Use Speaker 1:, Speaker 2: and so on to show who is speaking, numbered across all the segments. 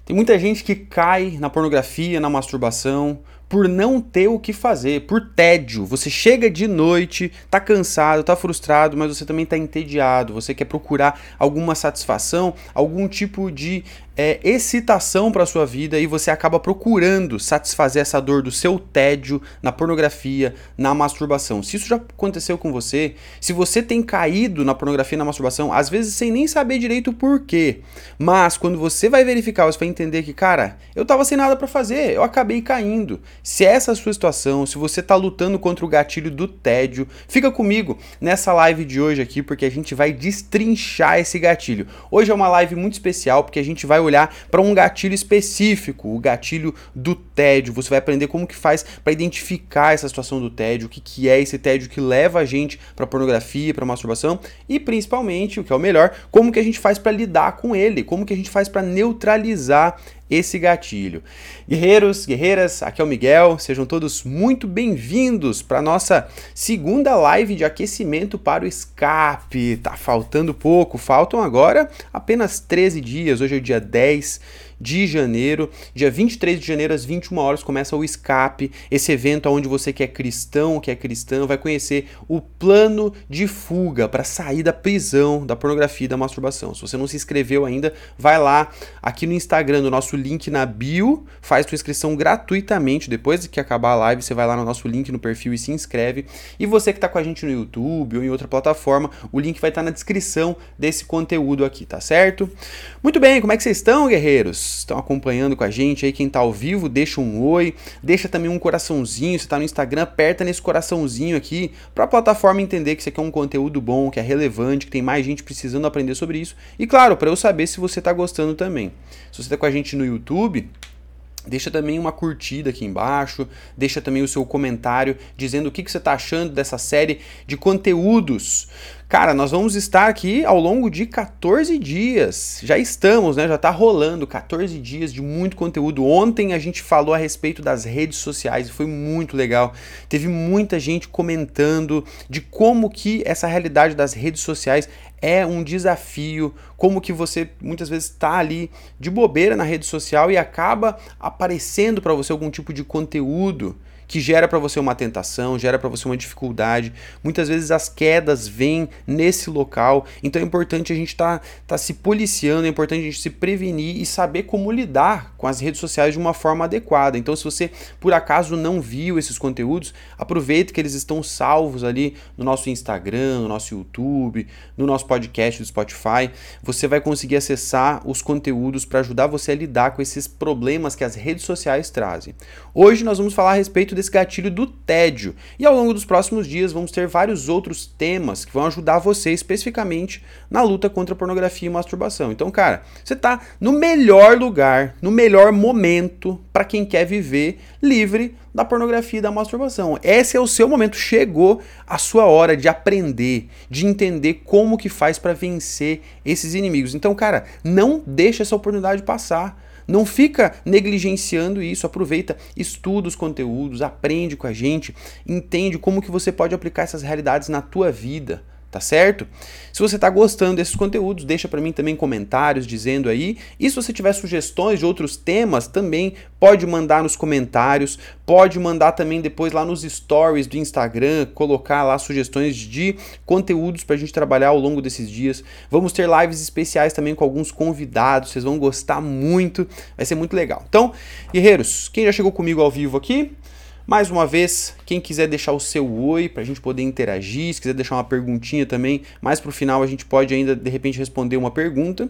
Speaker 1: Tem muita gente que cai na pornografia, na masturbação, por não ter o que fazer, por tédio. Você chega de noite, tá cansado, tá frustrado, mas você também tá entediado. Você quer procurar alguma satisfação, algum tipo de excitação para sua vida e você acaba procurando satisfazer essa dor do seu tédio na pornografia, na masturbação. Se isso já aconteceu com você, se você tem caído na pornografia e na masturbação, às vezes sem nem saber direito o porquê, mas quando você vai verificar, você vai entender que, cara, eu tava sem nada para fazer, eu acabei caindo. Se essa é a sua situação, se você tá lutando contra o gatilho do tédio, fica comigo nessa live de hoje aqui, porque a gente vai destrinchar esse gatilho. Hoje é uma live muito especial, porque a gente vai olhar para um gatilho específico, o gatilho do tédio. Você vai aprender como que faz para identificar essa situação do tédio, o que é esse tédio que leva a gente para pornografia, para masturbação e principalmente, o que é o melhor, como que a gente faz para lidar com ele, como que a gente faz para neutralizar esse gatilho. Guerreiros, guerreiras, aqui é o Miguel, sejam todos muito bem-vindos para nossa segunda live de aquecimento para o escape. Tá faltando pouco, faltam agora apenas 13 dias, hoje é o dia 10 de janeiro, dia 23 de janeiro às 21 horas começa o escape, esse evento onde você que é cristão, que é cristã, vai conhecer o plano de fuga para sair da prisão, da pornografia e da masturbação. Se você não se inscreveu ainda, vai lá aqui no Instagram, no nosso link na bio, faz sua inscrição gratuitamente, depois que acabar a live, você vai lá no nosso link no perfil e se inscreve. E você que está com a gente no YouTube ou em outra plataforma, o link vai estar na descrição desse conteúdo aqui, tá certo? Muito bem, como é que vocês estão, guerreiros? Estão acompanhando com a gente aí, quem tá ao vivo, deixa um oi, deixa também um coraçãozinho, se tá no Instagram, aperta nesse coraçãozinho aqui, para a plataforma entender que isso aqui é um conteúdo bom, que é relevante, que tem mais gente precisando aprender sobre isso, e claro, para eu saber se você tá gostando também. Se você tá com a gente no YouTube, deixa também uma curtida aqui embaixo, deixa também o seu comentário dizendo o que você está achando dessa série de conteúdos. Cara, nós vamos estar aqui ao longo de 14 dias. Já estamos, né? Já tá rolando 14 dias de muito conteúdo. Ontem a gente falou a respeito das redes sociais e foi muito legal. Teve muita gente comentando de como que essa realidade das redes sociais é um desafio, como que você muitas vezes está ali de bobeira na rede social e acaba aparecendo para você algum tipo de conteúdo que gera para você uma tentação, gera para você uma dificuldade. Muitas vezes as quedas vêm nesse local, então é importante a gente tá se policiando, é importante a gente se prevenir e saber como lidar com as redes sociais de uma forma adequada. Então, se você por acaso não viu esses conteúdos, aproveita que eles estão salvos ali no nosso Instagram, no nosso YouTube, no nosso podcast do Spotify. Você vai conseguir acessar os conteúdos para ajudar você a lidar com esses problemas que as redes sociais trazem. Hoje nós vamos falar a respeito desse gatilho do tédio. E ao longo dos próximos dias vamos ter vários outros temas que vão ajudar você especificamente na luta contra a pornografia e masturbação. Então, cara, você tá no melhor lugar, no melhor momento para quem quer viver livre da pornografia e da masturbação. Esse é o seu momento. Chegou a sua hora de aprender, de entender como que faz para vencer esses inimigos. Então, cara, não deixa essa oportunidade passar. Não fica negligenciando isso, aproveita, estuda os conteúdos, aprende com a gente, entende como que você pode aplicar essas realidades na tua vida, tá certo? Se você tá gostando desses conteúdos, deixa para mim também comentários dizendo aí, e se você tiver sugestões de outros temas, também pode mandar nos comentários, pode mandar também depois lá nos stories do Instagram, colocar lá sugestões de conteúdos pra gente trabalhar ao longo desses dias. Vamos ter lives especiais também com alguns convidados, vocês vão gostar muito, vai ser muito legal. Então, guerreiros, quem já chegou comigo ao vivo aqui, mais uma vez, quem quiser deixar o seu oi para a gente poder interagir, se quiser deixar uma perguntinha também, mais para o final a gente pode ainda de repente responder uma pergunta.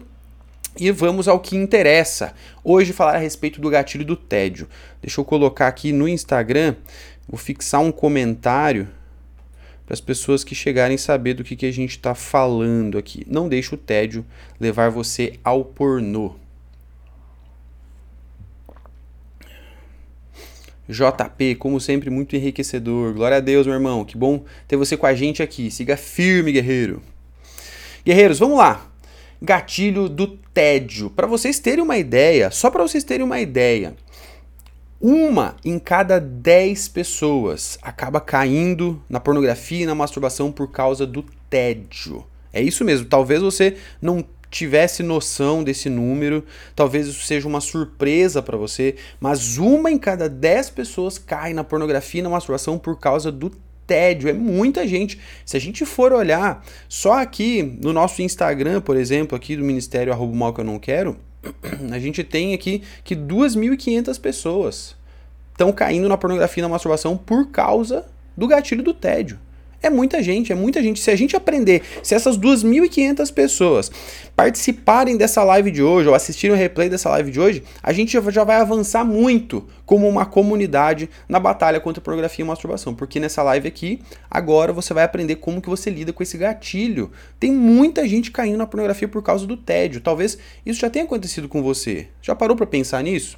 Speaker 1: E vamos ao que interessa. Hoje falar a respeito do gatilho do tédio. Deixa eu colocar aqui no Instagram, vou fixar um comentário para as pessoas que chegarem saber do que a gente está falando aqui. Não deixe o tédio levar você ao pornô. JP, como sempre, muito enriquecedor. Glória a Deus, meu irmão. Que bom ter você com a gente aqui. Siga firme, guerreiro. Guerreiros, vamos lá. Gatilho do tédio. Para vocês terem uma ideia, só para vocês terem uma ideia, 1 em cada 10 pessoas acaba caindo na pornografia e na masturbação por causa do tédio. É isso mesmo. Talvez você não tivesse noção desse número, talvez isso seja uma surpresa para você, mas 1 em cada 10 pessoas cai na pornografia e na masturbação por causa do tédio. É muita gente. Se a gente for olhar só aqui no nosso Instagram, por exemplo, aqui do Ministério @mal que eu não quero, a gente tem aqui que 2.500 pessoas estão caindo na pornografia e na masturbação por causa do gatilho do tédio. É muita gente, é muita gente. Se a gente aprender, se essas 2.500 pessoas participarem dessa live de hoje ou assistirem o replay dessa live de hoje, a gente já vai avançar muito como uma comunidade na batalha contra a pornografia e masturbação. Porque nessa live aqui, agora você vai aprender como que você lida com esse gatilho. Tem muita gente caindo na pornografia por causa do tédio. Talvez isso já tenha acontecido com você. Já parou para pensar nisso?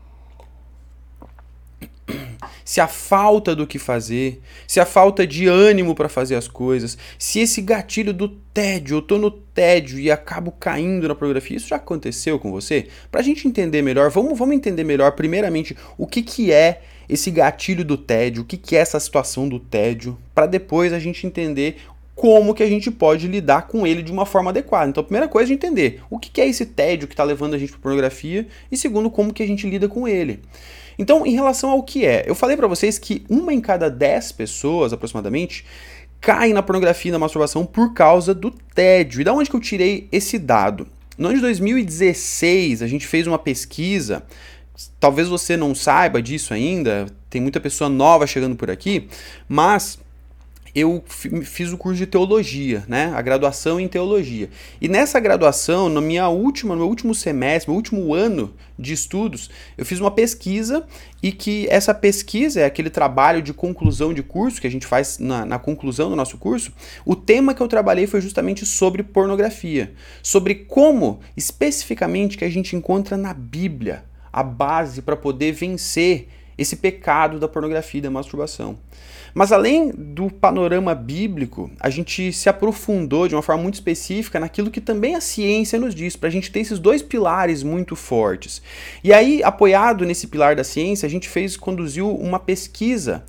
Speaker 1: Se a falta do que fazer, se a falta de ânimo para fazer as coisas, se esse gatilho do tédio, eu tô no tédio e acabo caindo na pornografia, isso já aconteceu com você? Pra gente entender melhor, vamos entender melhor, primeiramente, o que é esse gatilho do tédio, o que é essa situação do tédio, para depois a gente entender como que a gente pode lidar com ele de uma forma adequada. Então, a primeira coisa é entender o que é esse tédio que está levando a gente para pornografia e, segundo, como que a gente lida com ele. Então, em relação ao que é, eu falei para vocês que 1 em cada 10 pessoas, aproximadamente, caem na pornografia e na masturbação por causa do tédio. E da onde que eu tirei esse dado? No ano de 2016, a gente fez uma pesquisa, talvez você não saiba disso ainda, tem muita pessoa nova chegando por aqui, mas eu fiz o curso de teologia, né? A graduação em teologia. E nessa graduação, no meu último semestre, meu último ano de estudos, eu fiz uma pesquisa e que essa pesquisa é aquele trabalho de conclusão de curso que a gente faz na conclusão do nosso curso. O tema que eu trabalhei foi justamente sobre pornografia, sobre como especificamente que a gente encontra na Bíblia a base para poder vencer esse pecado da pornografia e da masturbação. Mas além do panorama bíblico, a gente se aprofundou de uma forma muito específica naquilo que também a ciência nos diz, para a gente ter esses dois pilares muito fortes. E aí, apoiado nesse pilar da ciência, a gente conduziu uma pesquisa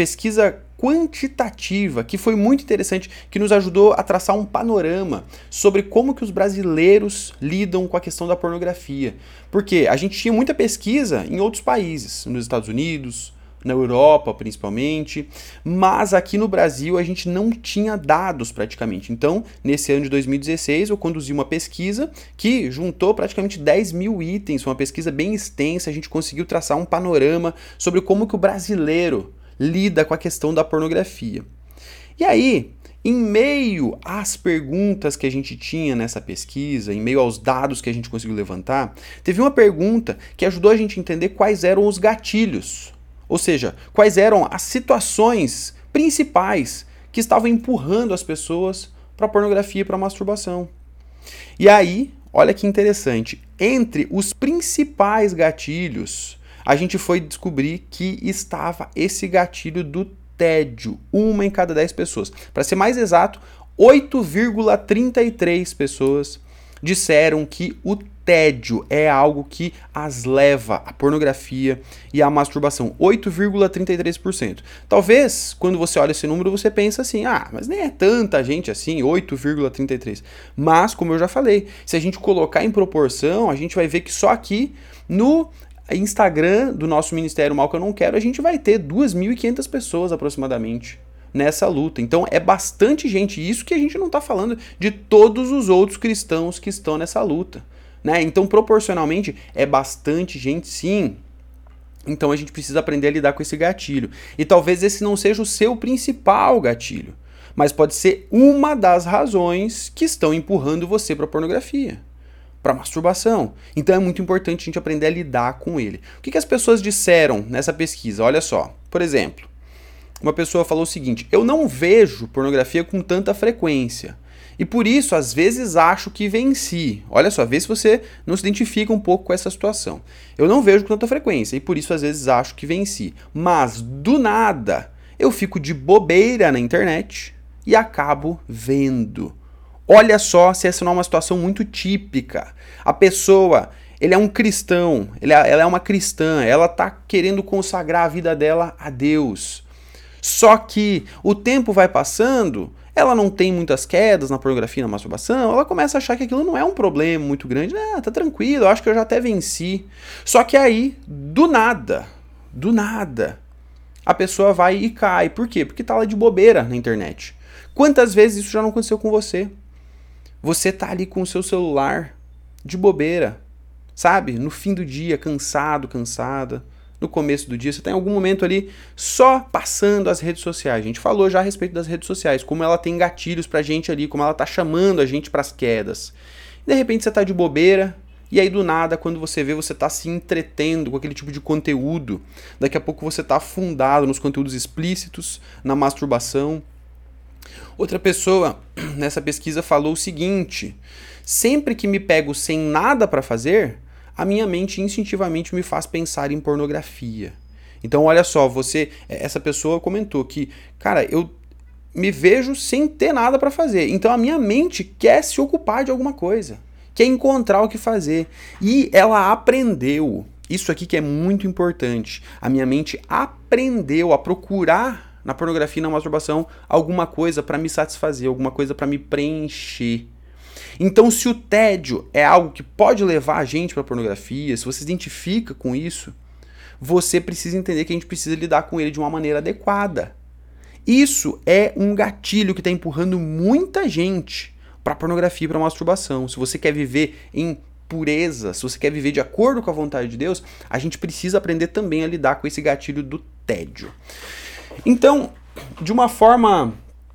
Speaker 1: quantitativa, que foi muito interessante, que nos ajudou a traçar um panorama sobre como que os brasileiros lidam com a questão da pornografia. Porque a gente tinha muita pesquisa em outros países, nos Estados Unidos, na Europa principalmente, mas aqui no Brasil a gente não tinha dados praticamente. Então, nesse ano de 2016, eu conduzi uma pesquisa que juntou praticamente 10.000 itens, uma pesquisa bem extensa, a gente conseguiu traçar um panorama sobre como que o brasileiro lida com a questão da pornografia. E aí, em meio às perguntas que a gente tinha nessa pesquisa, em meio aos dados que a gente conseguiu levantar, teve uma pergunta que ajudou a gente a entender quais eram os gatilhos. Ou seja, quais eram as situações principais que estavam empurrando as pessoas para a pornografia e para a masturbação. E aí, olha que interessante, entre os principais gatilhos, a gente foi descobrir que estava esse gatilho do tédio, 1 em cada 10 pessoas. Para ser mais exato, 8,33 pessoas disseram que o tédio é algo que as leva à pornografia e à masturbação. 8,33%. Talvez, quando você olha esse número, você pensa assim, mas nem é tanta gente assim, 8,33%. Mas, como eu já falei, se a gente colocar em proporção, a gente vai ver que só aqui no Instagram do nosso Ministério Mal que eu não quero, a gente vai ter 2.500 pessoas aproximadamente nessa luta. Então é bastante gente, isso que a gente não está falando de todos os outros cristãos que estão nessa luta, né? Então proporcionalmente é bastante gente, sim. Então a gente precisa aprender a lidar com esse gatilho. E talvez esse não seja o seu principal gatilho, mas pode ser uma das razões que estão empurrando você para a pornografia, para a masturbação. Então é muito importante a gente aprender a lidar com ele. O que as pessoas disseram nessa pesquisa? Olha só, por exemplo, uma pessoa falou o seguinte: eu não vejo pornografia com tanta frequência e por isso às vezes acho que venci. Olha só, vê se você não se identifica um pouco com essa situação. Eu não vejo com tanta frequência e por isso às vezes acho que venci. Mas do nada eu fico de bobeira na internet e acabo vendo. Olha só se essa não é uma situação muito típica. A pessoa, ele é um cristão, ela é uma cristã, ela está querendo consagrar a vida dela a Deus. Só que o tempo vai passando, ela não tem muitas quedas na pornografia e na masturbação, ela começa a achar que aquilo não é um problema muito grande. Ah, tá tranquilo, eu acho que eu já até venci. Só que aí, do nada, a pessoa vai e cai. Por quê? Porque tá lá de bobeira na internet. Quantas vezes isso já não aconteceu com você? Você tá ali com o seu celular de bobeira, sabe? No fim do dia, cansado, cansada. No começo do dia, você tá em algum momento ali só passando as redes sociais. A gente falou já a respeito das redes sociais, como ela tem gatilhos pra gente ali, como ela tá chamando a gente pras quedas. De repente você tá de bobeira, e aí do nada, quando você vê, você tá se entretendo com aquele tipo de conteúdo. Daqui a pouco você tá afundado nos conteúdos explícitos, na masturbação. Outra pessoa nessa pesquisa falou o seguinte: sempre que me pego sem nada pra fazer, a minha mente instintivamente me faz pensar em pornografia. Então, olha só, essa pessoa comentou que, cara, eu me vejo sem ter nada para fazer. Então, a minha mente quer se ocupar de alguma coisa, quer encontrar o que fazer. E ela aprendeu, isso aqui que é muito importante, a minha mente aprendeu a procurar na pornografia e na masturbação alguma coisa para me satisfazer, alguma coisa para me preencher. Então, se o tédio é algo que pode levar a gente para a pornografia, se você se identifica com isso, você precisa entender que a gente precisa lidar com ele de uma maneira adequada. Isso é um gatilho que está empurrando muita gente para a pornografia e para a masturbação. Se você quer viver em pureza, se você quer viver de acordo com a vontade de Deus, a gente precisa aprender também a lidar com esse gatilho do tédio. Então, de uma forma,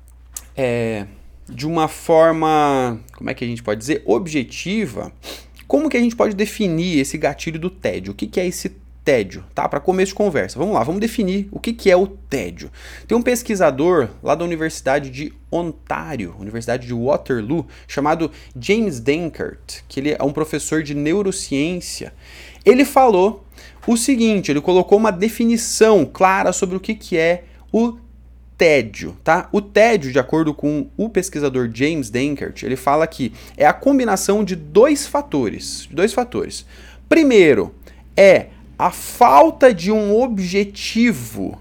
Speaker 1: como é que a gente pode dizer, objetiva, como que a gente pode definir esse gatilho do tédio? O que é esse tédio? Tá? Para começo de conversa, vamos lá, vamos definir o que é o tédio. Tem um pesquisador lá da Universidade de Ontário, Universidade de Waterloo, chamado James Dankert, que ele é um professor de neurociência. Ele falou o seguinte, ele colocou uma definição clara sobre o que é o tédio, tá? O tédio, de acordo com o pesquisador James Dankert, ele fala que é a combinação de dois fatores. Primeiro, é a falta de um objetivo,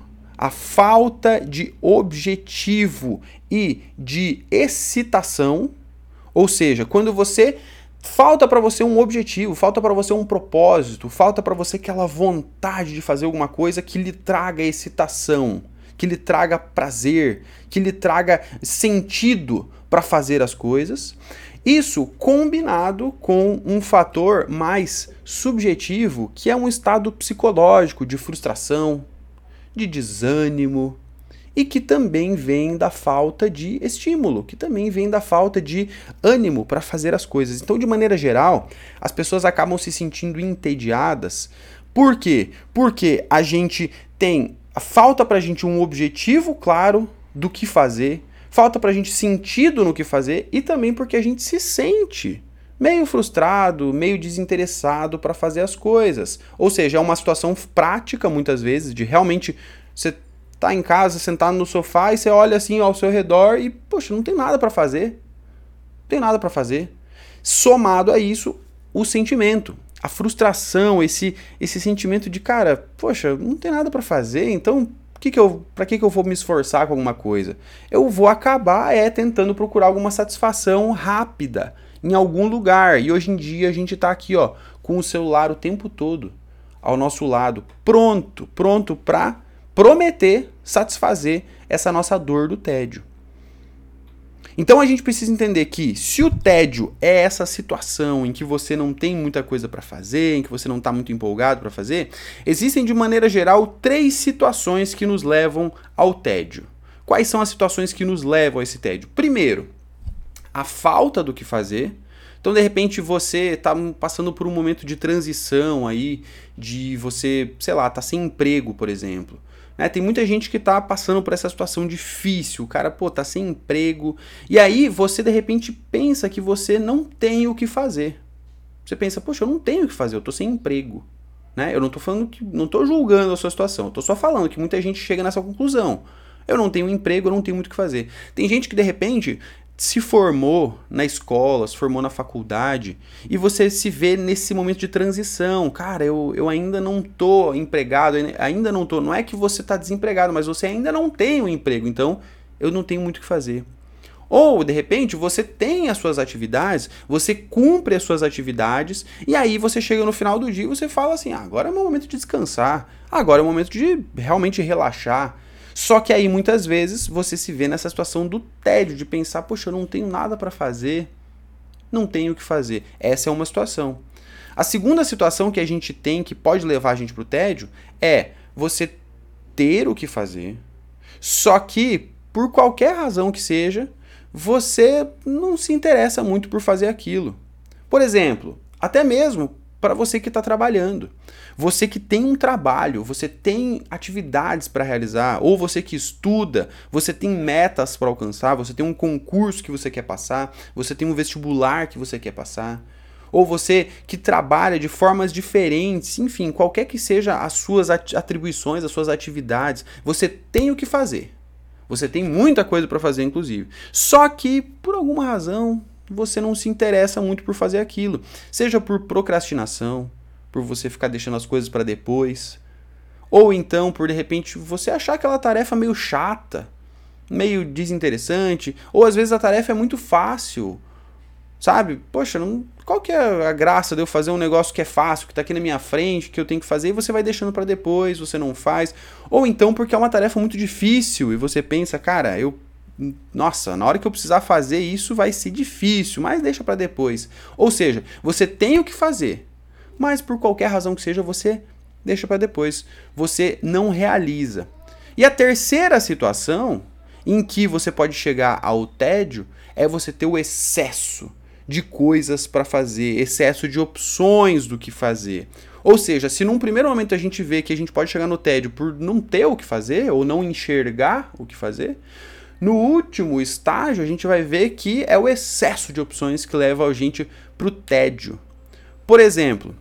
Speaker 1: e de excitação, ou seja, quando falta para você um objetivo, falta para você um propósito, falta para você aquela vontade de fazer alguma coisa que lhe traga excitação, que lhe traga prazer, que lhe traga sentido para fazer as coisas. Isso combinado com um fator mais subjetivo, que é um estado psicológico de frustração, de desânimo, e que também vem da falta de estímulo, que também vem da falta de ânimo para fazer as coisas. Então, de maneira geral, as pessoas acabam se sentindo entediadas. Por quê? Porque a gente falta pra gente um objetivo claro do que fazer, falta pra gente sentido no que fazer e também porque a gente se sente meio frustrado, meio desinteressado para fazer as coisas. Ou seja, é uma situação prática muitas vezes de realmente você tá em casa, sentado no sofá e você olha assim ao seu redor e, poxa, não tem nada para fazer. Não tem nada para fazer. Somado a isso, o sentimento, a frustração, esse sentimento de, cara, poxa, não tem nada para fazer, então pra que eu vou me esforçar com alguma coisa? Eu vou acabar tentando procurar alguma satisfação rápida em algum lugar. E hoje em dia a gente tá aqui, ó, com o celular o tempo todo ao nosso lado, pronto para prometer satisfazer essa nossa dor do tédio. Então a gente precisa entender que se o tédio é essa situação em que você não tem muita coisa para fazer, em que você não está muito empolgado para fazer, existem de maneira geral 3 situações que nos levam ao tédio. Quais são as situações que nos levam a esse tédio? Primeiro, a falta do que fazer. Então, de repente, você está passando por um momento de transição aí, de você, sei lá, tá sem emprego, por exemplo. Tem muita gente que tá passando por essa situação difícil, o cara, tá sem emprego, e aí você de repente pensa que você não tem o que fazer. Você pensa, poxa, eu não tenho o que fazer, eu tô sem emprego. Eu não tô falando não tô julgando a sua situação, eu tô só falando que muita gente chega nessa conclusão. Eu não tenho emprego, eu não tenho muito o que fazer. Tem gente que de repente se formou na escola, se formou na faculdade, e você se vê nesse momento de transição. Cara, eu ainda não tô empregado, ainda não tô. Não é que você tá desempregado, mas você ainda não tem um emprego, então eu não tenho muito o que fazer. Ou, de repente, você tem as suas atividades, você cumpre as suas atividades, e aí você chega no final do dia e você fala assim, agora é o momento de descansar, agora é o momento de realmente relaxar. Só que aí, muitas vezes, você se vê nessa situação do tédio, de pensar, poxa, eu não tenho nada para fazer, não tenho o que fazer. Essa é uma situação. A segunda situação que a gente tem, que pode levar a gente pro tédio, é você ter o que fazer, só que, por qualquer razão que seja, você não se interessa muito por fazer aquilo. Por exemplo, até mesmo para você que está trabalhando. Você que tem um trabalho, você tem atividades para realizar, ou você que estuda, você tem metas para alcançar, você tem um concurso que você quer passar, você tem um vestibular que você quer passar, ou você que trabalha de formas diferentes, enfim, qualquer que seja as suas atribuições, as suas atividades, você tem o que fazer. Você tem muita coisa para fazer, inclusive. Só que, por alguma razão, você não se interessa muito por fazer aquilo. Seja por procrastinação, por você ficar deixando as coisas para depois, ou então por, de repente, você achar aquela tarefa meio chata, meio desinteressante, ou às vezes a tarefa é muito fácil, sabe? Poxa, qual que é a graça de eu fazer um negócio que é fácil, que tá aqui na minha frente, que eu tenho que fazer, e você vai deixando para depois, você não faz. Ou então porque é uma tarefa muito difícil e você pensa, cara, nossa, na hora que eu precisar fazer isso vai ser difícil, mas deixa para depois. Ou seja, você tem o que fazer, mas por qualquer razão que seja, você deixa para depois. Você não realiza. E a terceira situação em que você pode chegar ao tédio é você ter o excesso de coisas para fazer, excesso de opções do que fazer. Ou seja, se num primeiro momento a gente vê que a gente pode chegar no tédio por não ter o que fazer ou não enxergar o que fazer, no último estágio a gente vai ver que é o excesso de opções que leva a gente para o tédio. Por exemplo,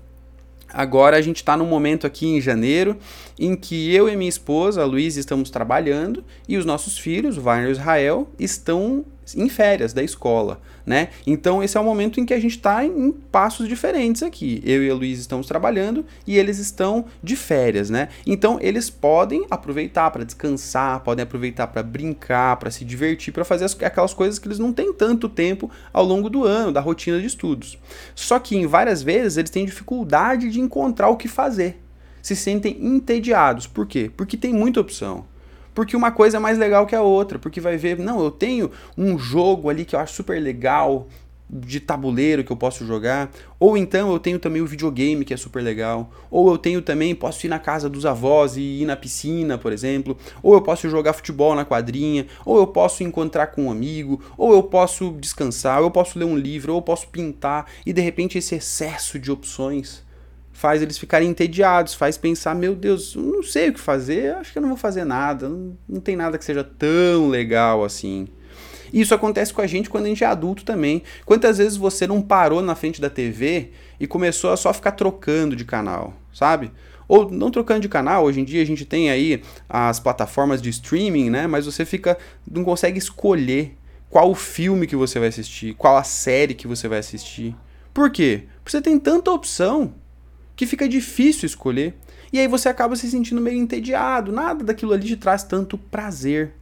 Speaker 1: agora a gente está num momento aqui em janeiro em que eu e minha esposa, a Luísa, estamos trabalhando e os nossos filhos, o Wagner e o Israel, estão em férias da escola, né? Então esse é o momento em que a gente está em passos diferentes aqui. Eu e a Luísa estamos trabalhando e eles estão de férias, né? Então eles podem aproveitar para descansar, podem aproveitar para brincar, para se divertir, para fazer aquelas coisas que eles não têm tanto tempo ao longo do ano, da rotina de estudos. Só que em várias vezes eles têm dificuldade de encontrar o que fazer. Se sentem entediados. Por quê? Porque tem muita opção. Porque uma coisa é mais legal que a outra, porque vai ver, não, eu tenho um jogo ali que eu acho super legal, de tabuleiro que eu posso jogar, ou então eu tenho também o videogame que é super legal, ou eu tenho também, posso ir na casa dos avós e ir na piscina, por exemplo, ou eu posso jogar futebol na quadrinha, ou eu posso encontrar com um amigo, ou eu posso descansar, ou eu posso ler um livro, ou eu posso pintar, e de repente esse excesso de opções faz eles ficarem entediados, faz pensar, meu Deus, eu não sei o que fazer, acho que eu não vou fazer nada, não tem nada que seja tão legal assim. Isso acontece com a gente quando a gente é adulto também. Quantas vezes você não parou na frente da TV e começou a só ficar trocando de canal, sabe? Ou não trocando de canal, hoje em dia a gente tem aí as plataformas de streaming, né? Mas você não consegue escolher qual o filme que você vai assistir, qual a série que você vai assistir. Por quê? Porque você tem tanta opção que fica difícil escolher, e aí você acaba se sentindo meio entediado, nada daquilo ali te traz tanto prazer.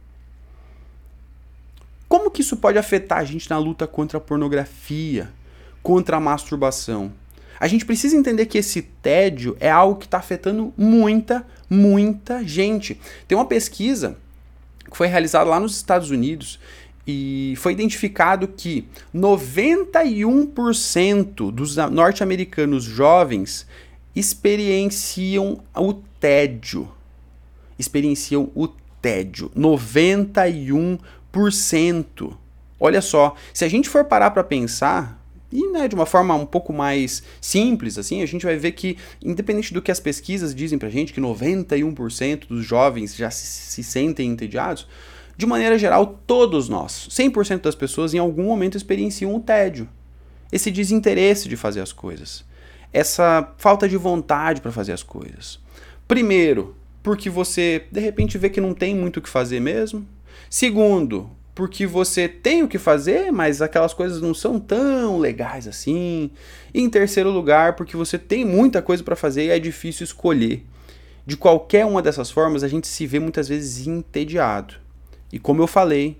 Speaker 1: Como que isso pode afetar a gente na luta contra a pornografia, contra a masturbação? A gente precisa entender que esse tédio é algo que está afetando muita gente. Tem uma pesquisa que foi realizada lá nos Estados Unidos e foi identificado que 91% dos norte-americanos jovens experienciam o tédio. 91%. Olha só, se a gente for parar para pensar, e né, de uma forma um pouco mais simples, assim, a gente vai ver que, independente do que as pesquisas dizem pra gente, que 91% dos jovens já se sentem entediados, de maneira geral, todos nós, 100% das pessoas, em algum momento experienciam o tédio. Esse desinteresse de fazer as coisas. Essa falta de vontade para fazer as coisas. Primeiro, porque você, de repente, vê que não tem muito o que fazer mesmo. Segundo, porque você tem o que fazer, mas aquelas coisas não são tão legais assim. E em terceiro lugar, porque você tem muita coisa para fazer e é difícil escolher. De qualquer uma dessas formas, a gente se vê muitas vezes entediado. E como eu falei,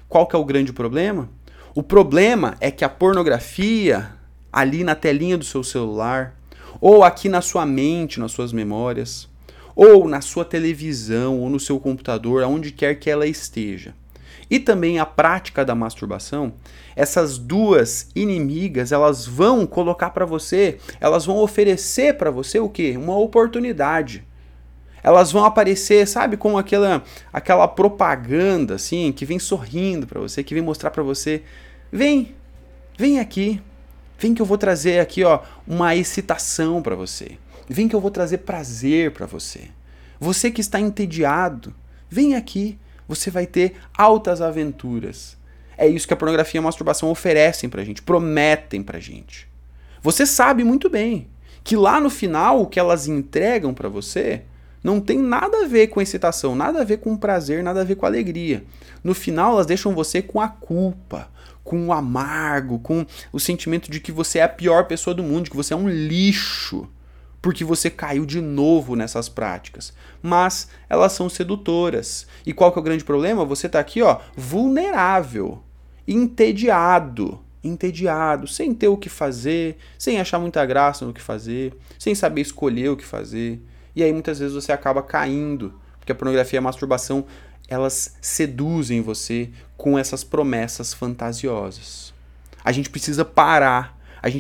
Speaker 1: Qual que é o grande problema? O problema é que a pornografia, ali na telinha do seu celular, ou aqui na sua mente, nas suas memórias, ou na sua televisão, ou no seu computador, aonde quer que ela esteja, e também a prática da masturbação, essas duas inimigas, elas vão colocar para você, elas vão oferecer para você o quê? Uma oportunidade. Elas vão aparecer, sabe, como aquela propaganda, assim, que vem sorrindo para você, que vem mostrar para você, vem aqui, vem que eu vou trazer aqui, ó, uma excitação para você. Vem que eu vou trazer prazer para você. Você que está entediado, vem aqui, você vai ter altas aventuras. É isso que a pornografia e a masturbação oferecem pra gente, prometem pra gente. Você sabe muito bem que lá no final o que elas entregam pra você não tem nada a ver com excitação, nada a ver com prazer, nada a ver com alegria. No final, elas deixam você com a culpa, com o amargo, com o sentimento de que você é a pior pessoa do mundo, de que você é um lixo, porque você caiu de novo nessas práticas. Mas elas são sedutoras. E qual que é o grande problema? Você tá aqui, ó, vulnerável, entediado, sem ter o que fazer, sem achar muita graça no que fazer, sem saber escolher o que fazer. E aí muitas vezes você acaba caindo, porque a pornografia e a masturbação, elas seduzem você com essas promessas fantasiosas. A gente precisa parar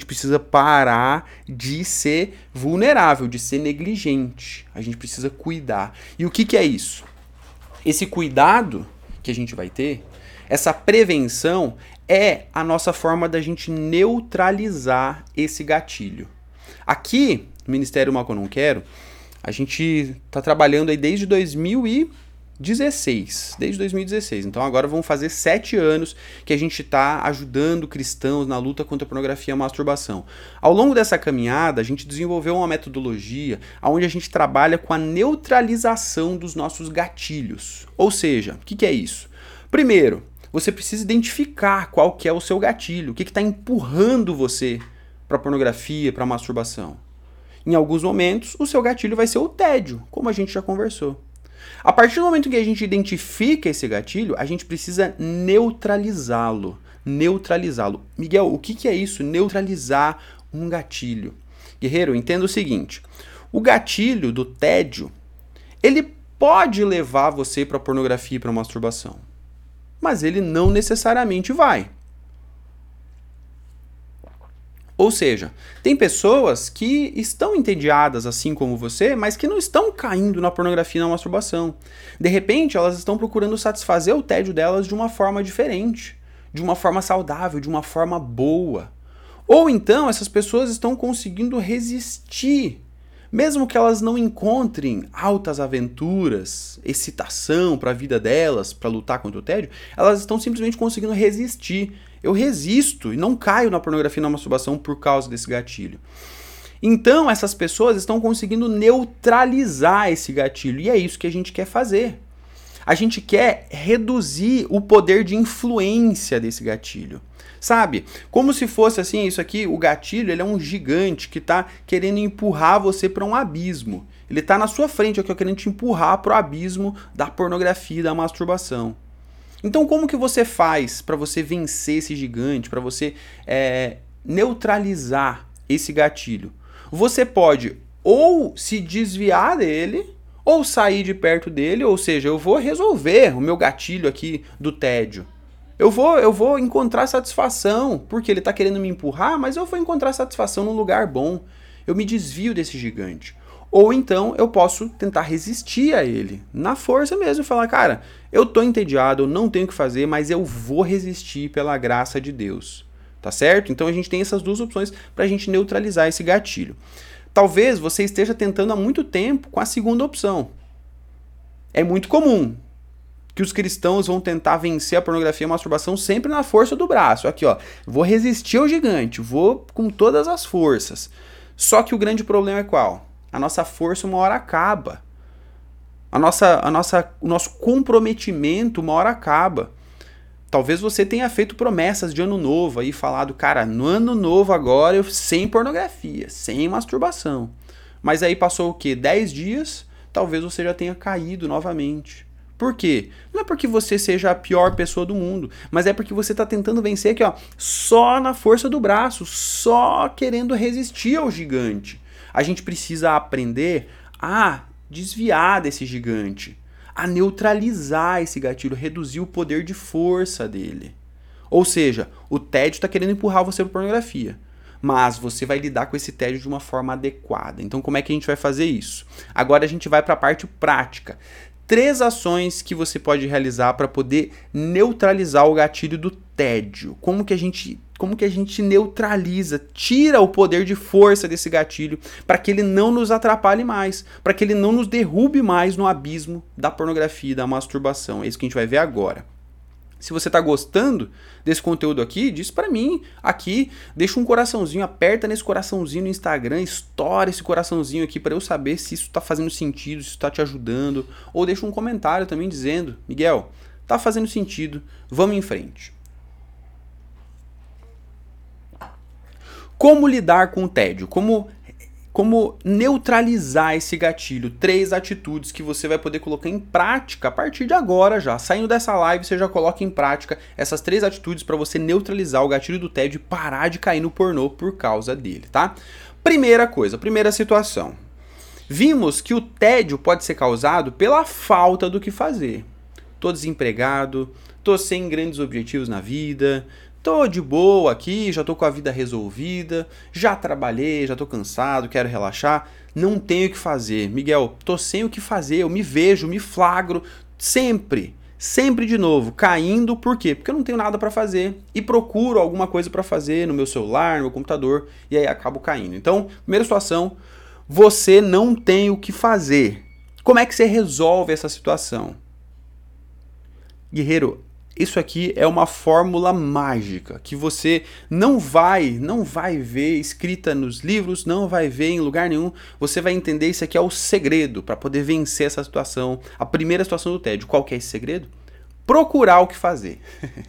Speaker 1: de ser vulnerável, de ser negligente. A gente precisa cuidar. E o que é isso? Esse cuidado que a gente vai ter, essa prevenção, é a nossa forma da gente neutralizar esse gatilho. Aqui, no Ministério Mal Que Eu Não Quero, a gente está trabalhando aí desde 2016. Então agora vão fazer 7 anos que a gente está ajudando cristãos na luta contra a pornografia e a masturbação. Ao longo dessa caminhada, a gente desenvolveu uma metodologia onde a gente trabalha com a neutralização dos nossos gatilhos. Ou seja, o que é isso? Primeiro, você precisa identificar qual que é o seu gatilho, o que está empurrando você para a pornografia, para a masturbação. Em alguns momentos, o seu gatilho vai ser o tédio, como a gente já conversou. A partir do momento que a gente identifica esse gatilho, a gente precisa neutralizá-lo. Miguel, o que é isso? Neutralizar um gatilho. Guerreiro, entenda o seguinte. O gatilho do tédio, ele pode levar você para a pornografia e para a masturbação. Mas ele não necessariamente vai. Ou seja, tem pessoas que estão entediadas assim como você, mas que não estão caindo na pornografia e na masturbação. De repente, elas estão procurando satisfazer o tédio delas de uma forma diferente, de uma forma saudável, de uma forma boa. Ou então, essas pessoas estão conseguindo resistir, mesmo que elas não encontrem altas aventuras, excitação para a vida delas, para lutar contra o tédio, elas estão simplesmente conseguindo resistir. Eu resisto e não caio na pornografia e na masturbação por causa desse gatilho. Então, essas pessoas estão conseguindo neutralizar esse gatilho. E é isso que a gente quer fazer. A gente quer reduzir o poder de influência desse gatilho. Sabe? Como se fosse assim, isso aqui, o gatilho, ele é um gigante que está querendo empurrar você para um abismo. Ele está na sua frente, aqui, querendo te empurrar para o abismo da pornografia e da masturbação. Então, como que você faz para você vencer esse gigante, para você neutralizar esse gatilho? Você pode ou se desviar dele, ou sair de perto dele, ou seja, eu vou resolver o meu gatilho aqui do tédio. Eu vou encontrar satisfação, porque ele está querendo me empurrar, mas eu vou encontrar satisfação num lugar bom. Eu me desvio desse gigante. Ou então eu posso tentar resistir a ele, na força mesmo, e falar, cara, eu tô entediado, eu não tenho o que fazer, mas eu vou resistir pela graça de Deus, tá certo? Então a gente tem essas duas opções pra gente neutralizar esse gatilho. Talvez você esteja tentando há muito tempo com a segunda opção. É muito comum que os cristãos vão tentar vencer a pornografia e a masturbação sempre na força do braço. Aqui, ó, vou resistir ao gigante, vou com todas as forças. Só que o grande problema é qual? A nossa força uma hora acaba. O nosso comprometimento uma hora acaba. Talvez você tenha feito promessas de ano novo aí, falado, cara, no ano novo agora eu sem pornografia, sem masturbação. Mas aí passou o quê? 10 dias, talvez você já tenha caído novamente. Por quê? Não é porque você seja a pior pessoa do mundo, mas é porque você está tentando vencer aqui, ó, só na força do braço, só querendo resistir ao gigante. A gente precisa aprender a desviar desse gigante, a neutralizar esse gatilho, reduzir o poder de força dele. Ou seja, o tédio está querendo empurrar você para pornografia, mas você vai lidar com esse tédio de uma forma adequada. Então, como é que a gente vai fazer isso? Agora a gente vai para a parte prática. 3 ações que você pode realizar para poder neutralizar o gatilho do tédio. Como que a gente neutraliza, tira o poder de força desse gatilho para que ele não nos atrapalhe mais, para que ele não nos derrube mais no abismo da pornografia e da masturbação. É isso que a gente vai ver agora. Se você está gostando desse conteúdo aqui, diz para mim aqui, deixa um coraçãozinho, aperta nesse coraçãozinho no Instagram, estoura esse coraçãozinho aqui para eu saber se isso está fazendo sentido, se isso está te ajudando, ou deixa um comentário também dizendo, Miguel, tá fazendo sentido, vamos em frente. Como lidar com o tédio? Como neutralizar esse gatilho? 3 atitudes que você vai poder colocar em prática a partir de agora já. Saindo dessa live, você já coloca em prática essas 3 atitudes para você neutralizar o gatilho do tédio e parar de cair no pornô por causa dele, tá? Primeira coisa, primeira situação. Vimos que o tédio pode ser causado pela falta do que fazer. Tô desempregado, tô sem grandes objetivos na vida, tô de boa aqui, já tô com a vida resolvida, já trabalhei, já tô cansado, quero relaxar, não tenho o que fazer. Miguel, tô sem o que fazer, eu me vejo, me flagro sempre de novo, caindo, por quê? Porque eu não tenho nada para fazer e procuro alguma coisa para fazer no meu celular, no meu computador e aí acabo caindo. Então, primeira situação, você não tem o que fazer. Como é que você resolve essa situação? Guerreiro, isso aqui é uma fórmula mágica que você não vai ver escrita nos livros, não vai ver em lugar nenhum. Você vai entender, isso aqui é o segredo para poder vencer essa situação, a primeira situação do tédio. Qual que é esse segredo? Procurar o que fazer.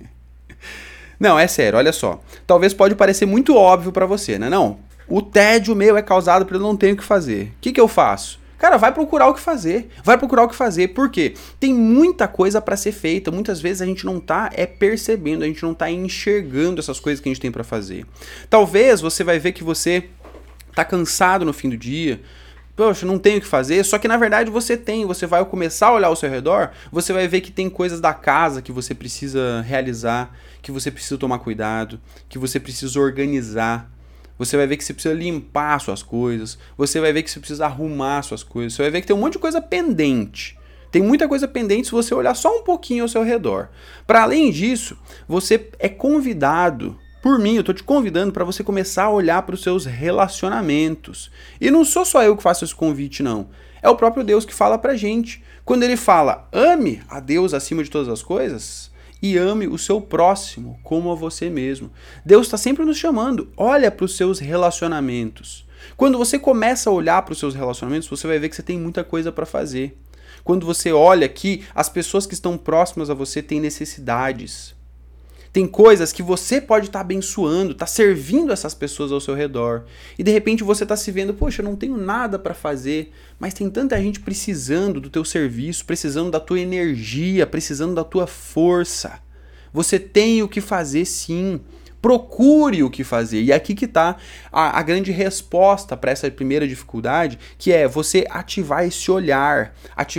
Speaker 1: Não, é sério, olha só. Talvez pode parecer muito óbvio para você, né? Não, o tédio meu é causado porque eu não tenho o que fazer. O que eu faço? Cara, vai procurar o que fazer. Vai procurar o que fazer. Por quê? Tem muita coisa para ser feita. Muitas vezes a gente não tá percebendo, a gente não tá enxergando essas coisas que a gente tem para fazer. Talvez você vai ver que você tá cansado no fim do dia. Poxa, não tenho o que fazer. Só que na verdade você tem. Você vai começar a olhar ao seu redor, você vai ver que tem coisas da casa que você precisa realizar, que você precisa tomar cuidado, que você precisa organizar. Você vai ver que você precisa limpar suas coisas, você vai ver que você precisa arrumar suas coisas, você vai ver que tem um monte de coisa pendente. Tem muita coisa pendente se você olhar só um pouquinho ao seu redor. Para além disso, você é convidado, por mim, eu tô te convidando para você começar a olhar para os seus relacionamentos. E não sou só eu que faço esse convite, não. É o próprio Deus que fala pra gente. Quando ele fala, ame a Deus acima de todas as coisas, e ame o seu próximo como a você mesmo. Deus está sempre nos chamando. Olha para os seus relacionamentos. Quando você começa a olhar para os seus relacionamentos, você vai ver que você tem muita coisa para fazer. Quando você olha que as pessoas que estão próximas a você têm necessidades. Tem coisas que você pode estar abençoando, estar servindo essas pessoas ao seu redor. E de repente você está se vendo, poxa, eu não tenho nada para fazer, mas tem tanta gente precisando do teu serviço, precisando da tua energia, precisando da tua força. Você tem o que fazer sim. Procure o que fazer. E aqui que está a grande resposta para essa primeira dificuldade, que é você ativar esse olhar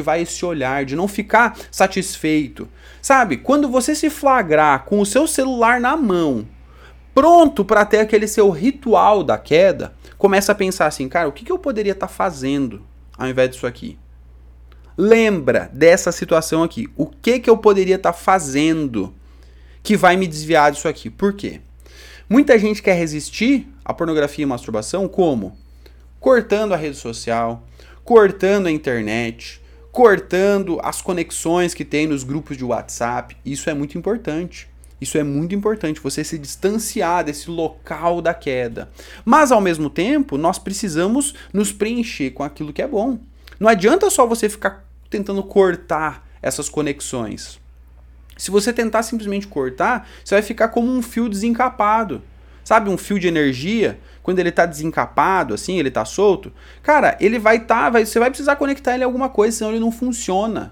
Speaker 1: de não ficar satisfeito. Sabe, quando você se flagrar com o seu celular na mão, pronto para ter aquele seu ritual da queda, começa a pensar assim, cara, o que eu poderia estar fazendo ao invés disso aqui? Lembra dessa situação aqui. O que eu poderia estar fazendo que vai me desviar disso aqui? Por quê? Muita gente quer resistir à pornografia e masturbação como? Cortando a rede social, cortando a internet, cortando as conexões que tem nos grupos de WhatsApp. Isso é muito importante. Isso é muito importante, você se distanciar desse local da queda. Mas, ao mesmo tempo, nós precisamos nos preencher com aquilo que é bom. Não adianta só você ficar tentando cortar essas conexões. Se você tentar simplesmente cortar, você vai ficar como um fio desencapado. Sabe, um fio de energia, quando ele está desencapado, assim, ele está solto, cara, ele você vai precisar conectar ele a alguma coisa, senão ele não funciona.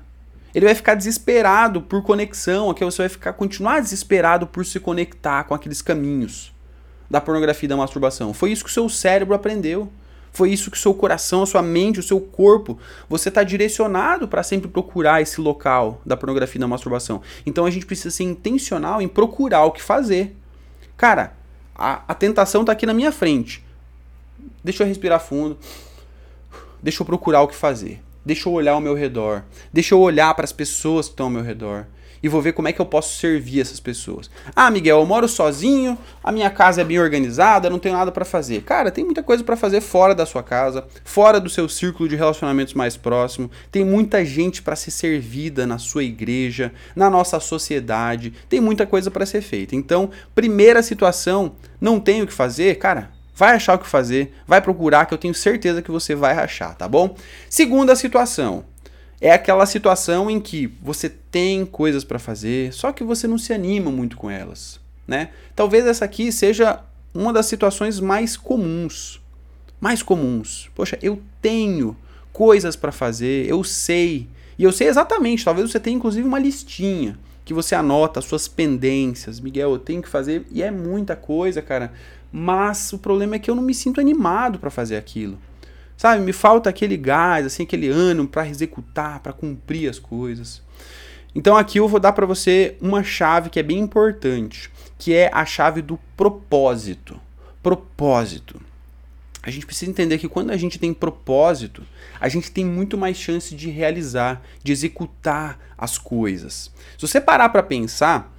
Speaker 1: Ele vai ficar desesperado por conexão, aqui você vai continuar desesperado por se conectar com aqueles caminhos da pornografia e da masturbação. Foi isso que o seu cérebro aprendeu. Foi isso que o seu coração, a sua mente, o seu corpo, você está direcionado para sempre procurar esse local da pornografia e da masturbação. Então a gente precisa ser intencional em procurar o que fazer. Cara, a tentação está aqui na minha frente. Deixa eu respirar fundo. Deixa eu procurar o que fazer. Deixa eu olhar ao meu redor. Deixa eu olhar para as pessoas que estão ao meu redor. E vou ver como é que eu posso servir essas pessoas. Ah, Miguel, eu moro sozinho, a minha casa é bem organizada, não tenho nada para fazer. Cara, tem muita coisa para fazer fora da sua casa, fora do seu círculo de relacionamentos mais próximo. Tem muita gente para ser servida na sua igreja, na nossa sociedade. Tem muita coisa para ser feita. Então, primeira situação, não tem o que fazer, cara, vai achar o que fazer, vai procurar, que eu tenho certeza que você vai achar, tá bom? Segunda situação. É aquela situação em que você tem coisas para fazer, só que você não se anima muito com elas, né? Talvez essa aqui seja uma das situações mais comuns. Mais comuns. Poxa, eu tenho coisas para fazer, eu sei. E eu sei exatamente, talvez você tenha inclusive uma listinha que você anota as suas pendências. Miguel, eu tenho que fazer, e é muita coisa, cara. Mas o problema é que eu não me sinto animado para fazer aquilo. Sabe, me falta aquele gás, assim, aquele ânimo para executar, para cumprir as coisas. Então aqui eu vou dar para você uma chave que é bem importante, que é a chave do propósito. Propósito. A gente precisa entender que quando a gente tem propósito, a gente tem muito mais chance de realizar, de executar as coisas. Se você parar para pensar,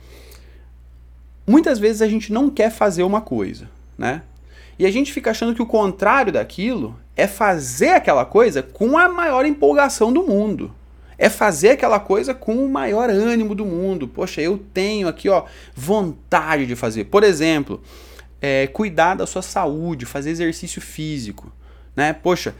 Speaker 1: muitas vezes a gente não quer fazer uma coisa, né? E a gente fica achando que o contrário daquilo é fazer aquela coisa com a maior empolgação do mundo. É fazer aquela coisa com o maior ânimo do mundo. Poxa, eu tenho aqui, ó, vontade de fazer. Por exemplo, cuidar da sua saúde, fazer exercício físico, né? Poxa,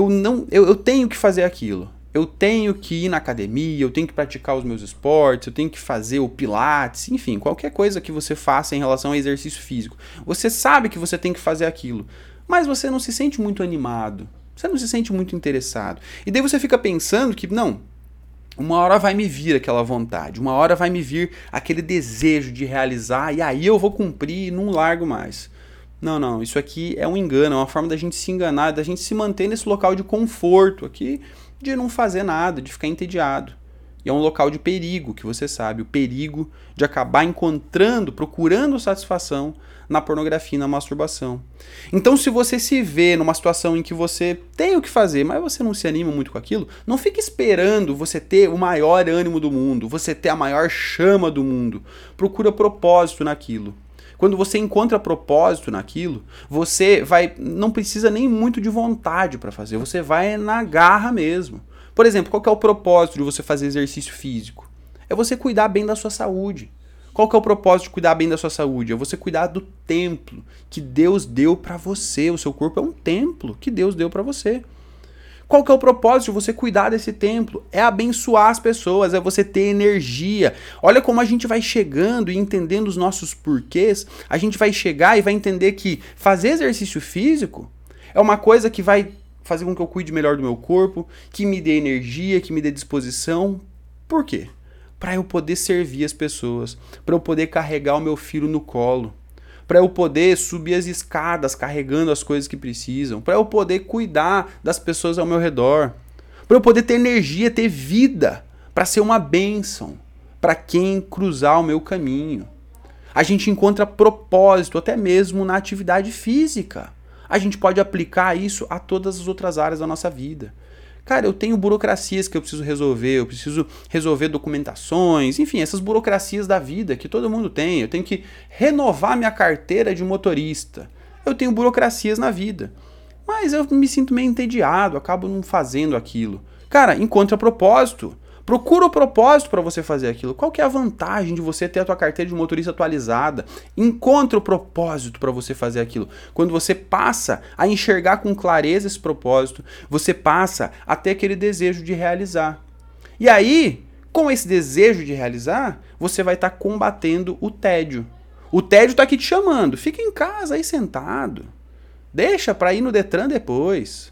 Speaker 1: eu tenho que fazer aquilo. Eu tenho que ir na academia, eu tenho que praticar os meus esportes, eu tenho que fazer o pilates, enfim, qualquer coisa que você faça em relação a exercício físico. Você sabe que você tem que fazer aquilo, mas você não se sente muito animado, você não se sente muito interessado. E daí você fica pensando que, não, uma hora vai me vir aquela vontade, uma hora vai me vir aquele desejo de realizar, e aí eu vou cumprir e não largo mais. Não, isso aqui é um engano, é uma forma da gente se enganar, da gente se manter nesse local de conforto aqui, de não fazer nada, de ficar entediado. E é um local de perigo, que você sabe, o perigo de acabar procurando satisfação na pornografia e na masturbação. Então, se você se vê numa situação em que você tem o que fazer, mas você não se anima muito com aquilo, não fique esperando você ter o maior ânimo do mundo, você ter a maior chama do mundo. Procura propósito naquilo. Quando você encontra propósito naquilo, você não precisa nem muito de vontade para fazer, você vai na garra mesmo. Por exemplo, qual que é o propósito de você fazer exercício físico? É você cuidar bem da sua saúde. Qual que é o propósito de cuidar bem da sua saúde? É você cuidar do templo que Deus deu para você. O seu corpo é um templo que Deus deu para você. Qual que é o propósito de você cuidar desse templo? É abençoar as pessoas, é você ter energia. Olha como a gente vai chegando e entendendo os nossos porquês. A gente vai chegar e vai entender que fazer exercício físico é uma coisa que vai fazer com que eu cuide melhor do meu corpo, que me dê energia, que me dê disposição. Por quê? Para eu poder servir as pessoas, para eu poder carregar o meu filho no colo, para eu poder subir as escadas carregando as coisas que precisam, para eu poder cuidar das pessoas ao meu redor, para eu poder ter energia, ter vida, para ser uma bênção para quem cruzar o meu caminho. A gente encontra propósito até mesmo na atividade física. A gente pode aplicar isso a todas as outras áreas da nossa vida. Cara, eu tenho burocracias que eu preciso resolver documentações, enfim, essas burocracias da vida que todo mundo tem. Eu tenho que renovar minha carteira de motorista. Eu tenho burocracias na vida. Mas eu me sinto meio entediado, acabo não fazendo aquilo. Cara, encontra propósito. Procura o propósito para você fazer aquilo. Qual que é a vantagem de você ter a tua carteira de motorista atualizada? Encontra o propósito para você fazer aquilo. Quando você passa a enxergar com clareza esse propósito, você passa a ter aquele desejo de realizar. E aí, com esse desejo de realizar, você vai estar combatendo o tédio. O tédio está aqui te chamando. Fica em casa aí sentado. Deixa para ir no Detran depois.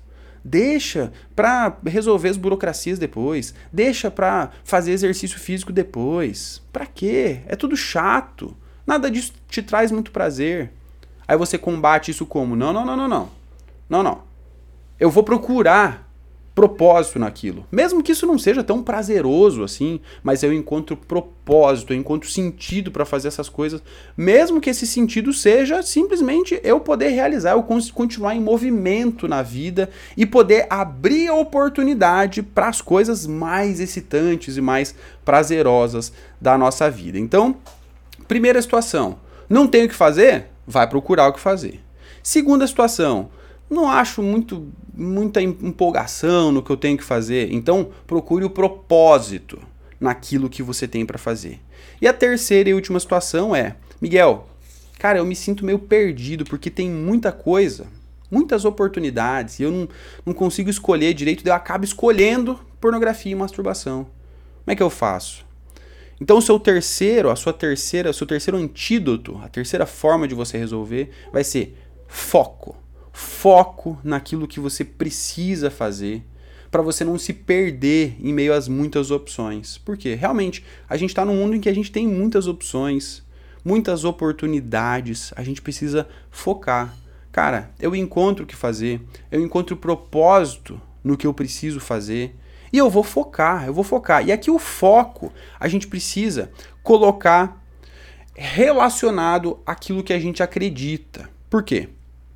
Speaker 1: Deixa para resolver as burocracias depois. Deixa para fazer exercício físico depois. Para quê? É tudo chato. Nada disso te traz muito prazer. Aí você combate isso como? Não, não, não, não, não. Não, não. Eu vou procurar propósito naquilo. Mesmo que isso não seja tão prazeroso assim, mas eu encontro propósito, eu encontro sentido para fazer essas coisas, mesmo que esse sentido seja simplesmente eu poder realizar, eu continuar em movimento na vida e poder abrir a oportunidade para as coisas mais excitantes e mais prazerosas da nossa vida. Então, primeira situação, não tenho o que fazer? Vai procurar o que fazer. Segunda situação, não acho muita empolgação no que eu tenho que fazer, então procure o propósito naquilo que você tem para fazer. E a terceira e última situação é, Miguel, cara, eu me sinto meio perdido porque tem muita coisa, muitas oportunidades, e eu não consigo escolher direito, daí eu acabo escolhendo pornografia e masturbação. Como é que eu faço? Então o seu terceiro antídoto, a terceira forma de você resolver vai ser foco. Foco naquilo que você precisa fazer para você não se perder em meio às muitas opções. Porque realmente a gente está num mundo em que a gente tem muitas opções, muitas oportunidades, a gente precisa focar. Cara, eu encontro o que fazer, eu encontro propósito no que eu preciso fazer e eu vou focar. E aqui o foco a gente precisa colocar relacionado àquilo que a gente acredita. Por quê?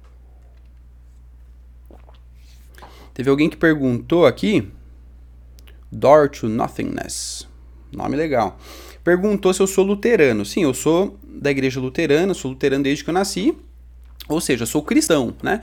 Speaker 1: Teve alguém que perguntou aqui, Door to Nothingness, nome legal, perguntou se eu sou luterano. Sim, eu sou da igreja luterana, sou luterano desde que eu nasci, ou seja, sou cristão, né?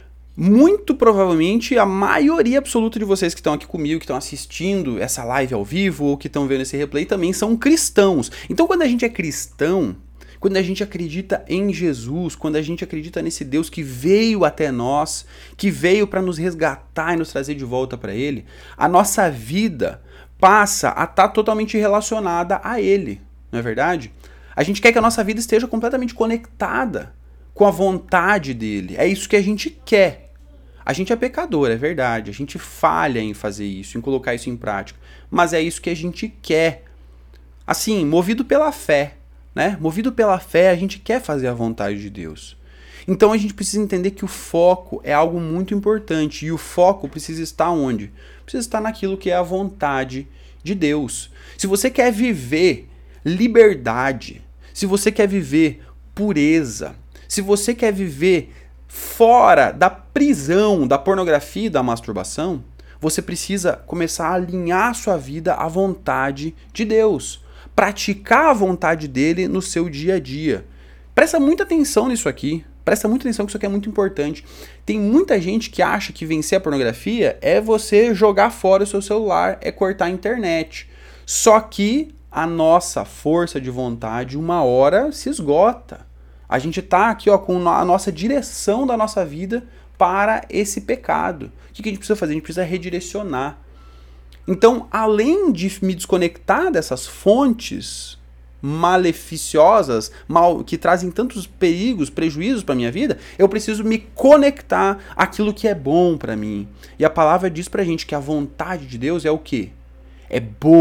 Speaker 1: Muito provavelmente a maioria absoluta de vocês que estão aqui comigo, que estão assistindo essa live ao vivo, ou que estão vendo esse replay, também são cristãos. Então quando a gente é cristão, quando a gente acredita em Jesus, quando a gente acredita nesse Deus que veio até nós, que veio para nos resgatar e nos trazer de volta para Ele, a nossa vida passa a estar totalmente relacionada a Ele, não é verdade? A gente quer que a nossa vida esteja completamente conectada com a vontade dEle. É isso que a gente quer. A gente é pecador, é verdade. A gente falha em fazer isso, em colocar isso em prática. Mas é isso que a gente quer. Assim, movido pela fé. Né? Movido pela fé, a gente quer fazer a vontade de Deus. Então a gente precisa entender que o foco é algo muito importante. E o foco precisa estar onde? Precisa estar naquilo que é a vontade de Deus. Se você quer viver liberdade, se você quer viver pureza, se você quer viver fora da prisão, da pornografia e da masturbação, você precisa começar a alinhar a sua vida à vontade de Deus. Praticar a vontade dele no seu dia a dia. Presta muita atenção nisso aqui. Presta muita atenção que isso aqui é muito importante. Tem muita gente que acha que vencer a pornografia é você jogar fora o seu celular, é cortar a internet. Só que a nossa força de vontade uma hora se esgota. A gente tá aqui com a nossa direção da nossa vida para esse pecado. O que a gente precisa fazer? A gente precisa redirecionar. Então, além de me desconectar dessas fontes maleficiosas, que trazem tantos perigos, prejuízos para minha vida, eu preciso me conectar àquilo que é bom para mim. E a palavra diz pra gente que a vontade de Deus é o quê? É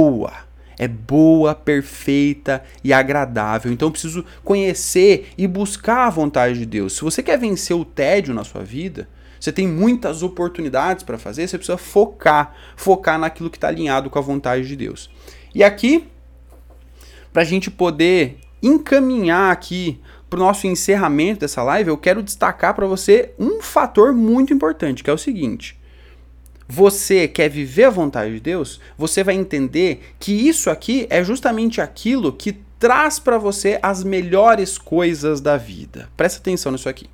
Speaker 1: boa, perfeita e agradável. Então eu preciso conhecer e buscar a vontade de Deus. Se você quer vencer o tédio na sua vida, você tem muitas oportunidades para fazer, você precisa focar naquilo que está alinhado com a vontade de Deus. E aqui, para a gente poder encaminhar aqui para o nosso encerramento dessa live, eu quero destacar para você um fator muito importante, que é o seguinte: você quer viver a vontade de Deus, você vai entender que isso aqui é justamente aquilo que traz para você as melhores coisas da vida. Presta atenção nisso aqui.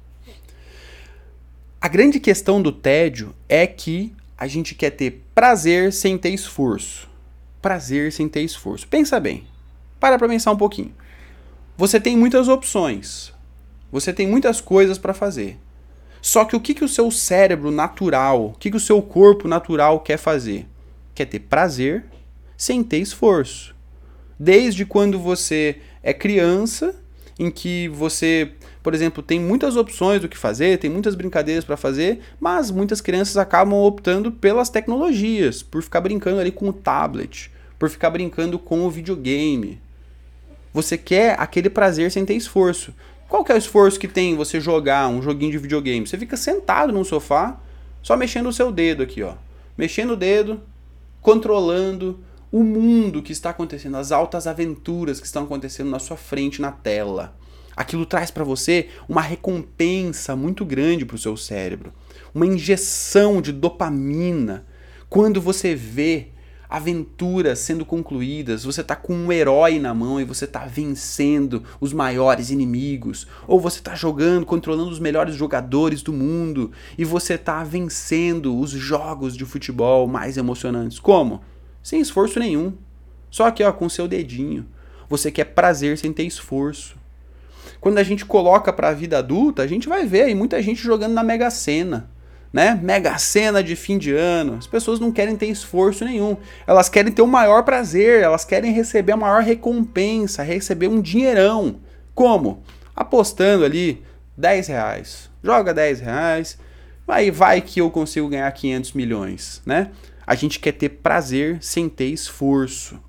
Speaker 1: A grande questão do tédio é que a gente quer ter prazer sem ter esforço. Prazer sem ter esforço. Pensa bem. Para pensar um pouquinho. Você tem muitas opções. Você tem muitas coisas para fazer. Só que o que o seu cérebro natural, o que o seu corpo natural quer fazer? Quer ter prazer sem ter esforço. Desde quando você é criança, em que você, por exemplo, tem muitas opções do que fazer, tem muitas brincadeiras para fazer, mas muitas crianças acabam optando pelas tecnologias, por ficar brincando ali com o tablet, por ficar brincando com o videogame. Você quer aquele prazer sem ter esforço. Qual que é o esforço que tem você jogar um joguinho de videogame? Você fica sentado num sofá, só mexendo o seu dedo aqui, ó. Mexendo o dedo, controlando o mundo que está acontecendo, as altas aventuras que estão acontecendo na sua frente, na tela. Aquilo traz para você uma recompensa muito grande para o seu cérebro. Uma injeção de dopamina. Quando você vê aventuras sendo concluídas, você tá com um herói na mão e você tá vencendo os maiores inimigos, ou você tá jogando, controlando os melhores jogadores do mundo e você tá vencendo os jogos de futebol mais emocionantes. Como? Sem esforço nenhum. Só aqui, ó, com o seu dedinho. Você quer prazer sem ter esforço. Quando a gente coloca para a vida adulta, a gente vai ver aí muita gente jogando na Mega Sena. Né? Mega Sena de fim de ano. As pessoas não querem ter esforço nenhum. Elas querem ter o maior prazer, elas querem receber a maior recompensa, receber um dinheirão. Como? Apostando ali R$10. Joga R$10, aí vai que eu consigo ganhar 500 milhões, né? A gente quer ter prazer sem ter esforço.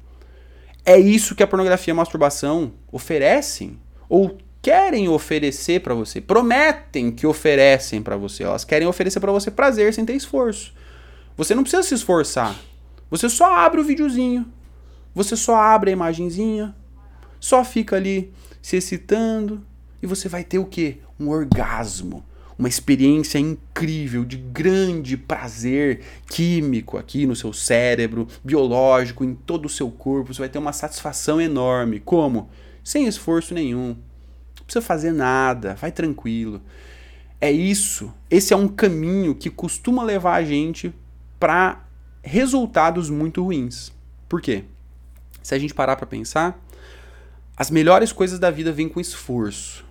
Speaker 1: É isso que a pornografia e a masturbação oferecem ou querem oferecer para você, prometem que oferecem para você. Elas querem oferecer para você prazer sem ter esforço. Você não precisa se esforçar. Você só abre o videozinho, você só abre a imagenzinha, só fica ali se excitando e você vai ter o quê? Um orgasmo, uma experiência incrível de grande prazer químico aqui no seu cérebro, biológico, em todo o seu corpo. Você vai ter uma satisfação enorme. Como? Sem esforço nenhum. Não precisa fazer nada, vai tranquilo. É isso, esse é um caminho que costuma levar a gente para resultados muito ruins. Por quê? Se a gente parar para pensar, as melhores coisas da vida vêm com esforço.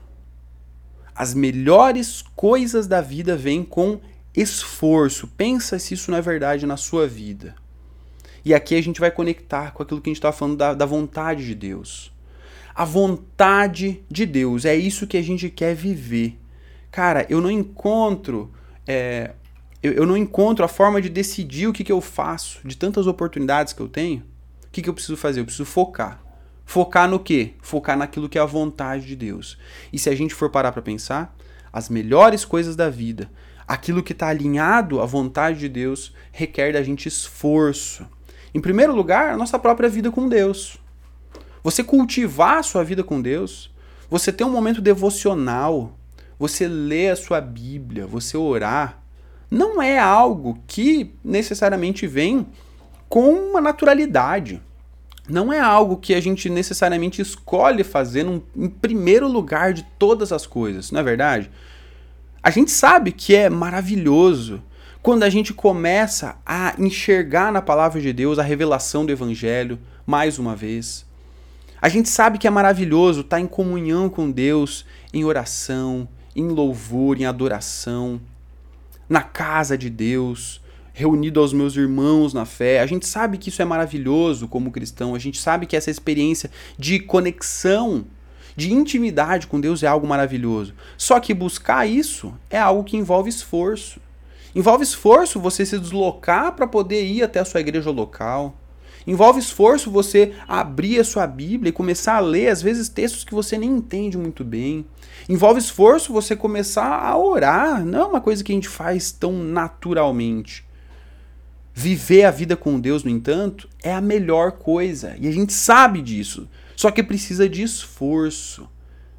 Speaker 1: As melhores coisas da vida vêm com esforço. Pensa se isso não é verdade na sua vida. E aqui a gente vai conectar com aquilo que a gente está falando da vontade de Deus. A vontade de Deus, é isso que a gente quer viver. Cara, eu não encontro a forma de decidir o que eu faço, de tantas oportunidades que eu tenho. O que eu preciso fazer? Eu preciso focar. Focar no quê? Focar naquilo que é a vontade de Deus. E se a gente for parar para pensar, as melhores coisas da vida, aquilo que está alinhado à vontade de Deus, requer da gente esforço. Em primeiro lugar, a nossa própria vida com Deus. Você cultivar a sua vida com Deus, você ter um momento devocional, você ler a sua Bíblia, você orar, não é algo que necessariamente vem com uma naturalidade. Não é algo que a gente necessariamente escolhe fazer em primeiro lugar de todas as coisas, não é verdade? A gente sabe que é maravilhoso quando a gente começa a enxergar na palavra de Deus a revelação do Evangelho, mais uma vez. A gente sabe que é maravilhoso estar em comunhão com Deus, em oração, em louvor, em adoração, na casa de Deus, reunido aos meus irmãos na fé. A gente sabe que isso é maravilhoso como cristão, a gente sabe que essa experiência de conexão, de intimidade com Deus é algo maravilhoso. Só que buscar isso é algo que envolve esforço. Envolve esforço você se deslocar para poder ir até a sua igreja local. Envolve esforço você abrir a sua Bíblia e começar a ler, às vezes, textos que você nem entende muito bem. Envolve esforço você começar a orar. Não é uma coisa que a gente faz tão naturalmente. Viver a vida com Deus, no entanto, é a melhor coisa. E a gente sabe disso. Só que precisa de esforço.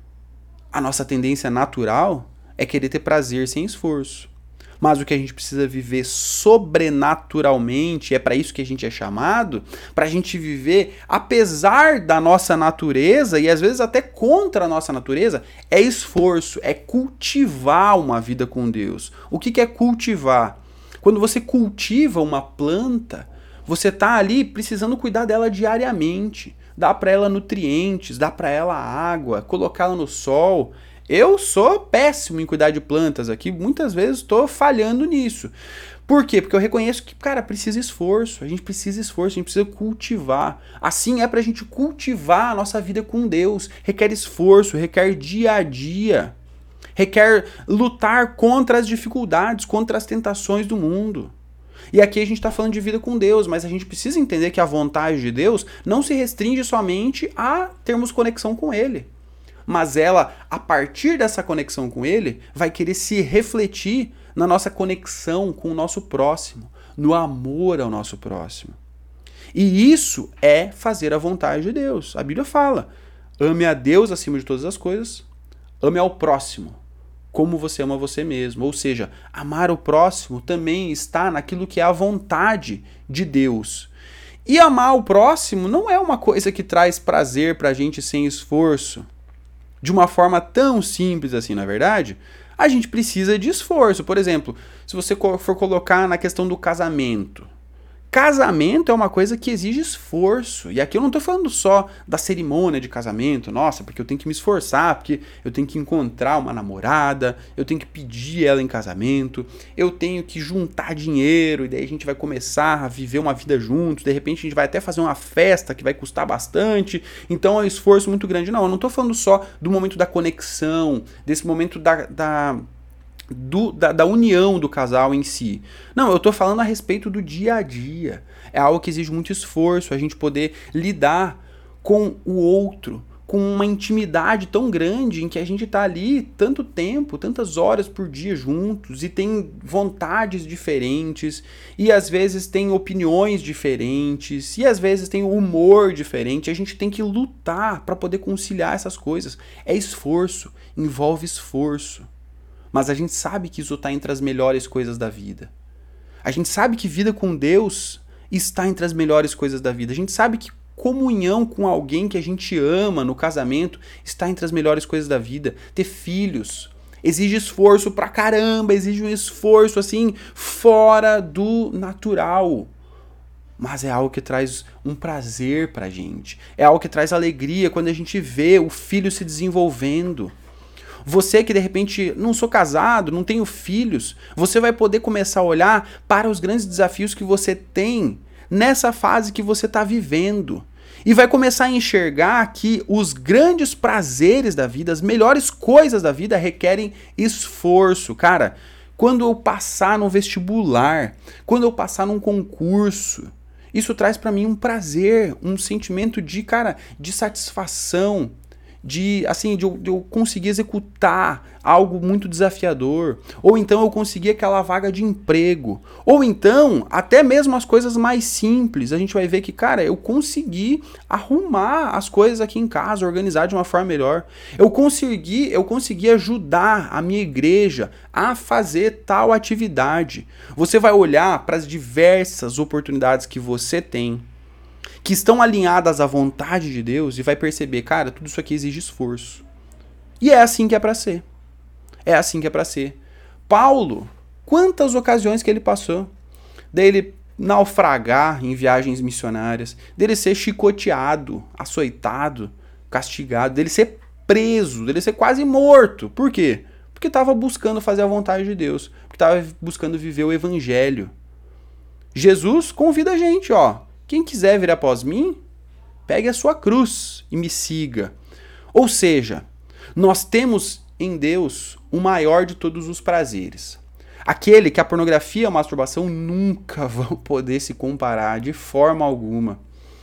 Speaker 1: A nossa tendência natural é querer ter prazer sem esforço. Mas o que a gente precisa viver sobrenaturalmente, é para isso que a gente é chamado, para a gente viver apesar da nossa natureza e às vezes até contra a nossa natureza, é esforço, é cultivar uma vida com Deus. O que é cultivar? Quando você cultiva uma planta, você está ali precisando cuidar dela diariamente, dar para ela nutrientes, dar para ela água, colocá-la no sol. Eu sou péssimo em cuidar de plantas aqui, muitas vezes estou falhando nisso. Por quê? Porque eu reconheço que, cara, precisa esforço, a gente precisa cultivar. Assim é pra gente cultivar a nossa vida com Deus, requer esforço, requer dia a dia. requer lutar contra as dificuldades, contra as tentações do mundo. E aqui a gente está falando de vida com Deus, mas a gente precisa entender que a vontade de Deus não se restringe somente a termos conexão com Ele. Mas ela, a partir dessa conexão com Ele, vai querer se refletir na nossa conexão com o nosso próximo, no amor ao nosso próximo. E isso é fazer a vontade de Deus. A Bíblia fala, ame a Deus acima de todas as coisas, ame ao próximo como você ama você mesmo. Ou seja, amar o próximo também está naquilo que é a vontade de Deus. E amar o próximo não é uma coisa que traz prazer pra gente sem esforço. De uma forma tão simples assim, na verdade, a gente precisa de esforço. Por exemplo, se você for colocar na questão do casamento. Casamento é uma coisa que exige esforço. E aqui eu não estou falando só da cerimônia de casamento. Nossa, porque eu tenho que me esforçar, porque eu tenho que encontrar uma namorada, eu tenho que pedir ela em casamento, eu tenho que juntar dinheiro, e daí a gente vai começar a viver uma vida juntos, de repente a gente vai até fazer uma festa que vai custar bastante, então é um esforço muito grande. Não, eu não estou falando só do momento da conexão, desse momento da união do casal em si. Não, eu tô falando a respeito do dia a dia. É algo que exige muito esforço, a gente poder lidar com o outro, com uma intimidade tão grande em que a gente tá ali tanto tempo, tantas horas por dia juntos, e tem vontades diferentes, e às vezes tem opiniões diferentes, e às vezes tem humor diferente. A gente tem que lutar para poder conciliar essas coisas. É esforço, envolve esforço. Mas a gente sabe que isso está entre as melhores coisas da vida. A gente sabe que vida com Deus está entre as melhores coisas da vida. A gente sabe que comunhão com alguém que a gente ama no casamento está entre as melhores coisas da vida. Ter filhos exige esforço pra caramba, exige um esforço assim fora do natural. Mas é algo que traz um prazer pra gente. É algo que traz alegria quando a gente vê o filho se desenvolvendo. Você que de repente não sou casado, não tenho filhos, você vai poder começar a olhar para os grandes desafios que você tem nessa fase que você está vivendo. E vai começar a enxergar que os grandes prazeres da vida, as melhores coisas da vida requerem esforço. Cara, quando eu passar no vestibular, quando eu passar num concurso, isso traz para mim um prazer, um sentimento de, cara, de satisfação, de eu conseguir executar algo muito desafiador, ou então eu conseguir aquela vaga de emprego, ou então até mesmo as coisas mais simples. A gente vai ver que, cara, eu consegui arrumar as coisas aqui em casa, organizar de uma forma melhor, eu consegui ajudar a minha igreja a fazer tal atividade. Você vai olhar para as diversas oportunidades que você tem, que estão alinhadas à vontade de Deus, e vai perceber, cara, tudo isso aqui exige esforço. E é assim que é pra ser. É assim que é pra ser. Paulo, quantas ocasiões que ele passou dele naufragar em viagens missionárias, dele ser chicoteado, açoitado, castigado, dele ser preso, dele ser quase morto. Por quê? Porque estava buscando fazer a vontade de Deus, porque estava buscando viver o evangelho. Jesus convida a gente, ó. Quem quiser vir após mim, pegue a sua cruz e me siga. Ou seja, nós temos em Deus o maior de todos os prazeres. Aquele que a pornografia e a masturbação nunca vão poder se comparar de forma alguma.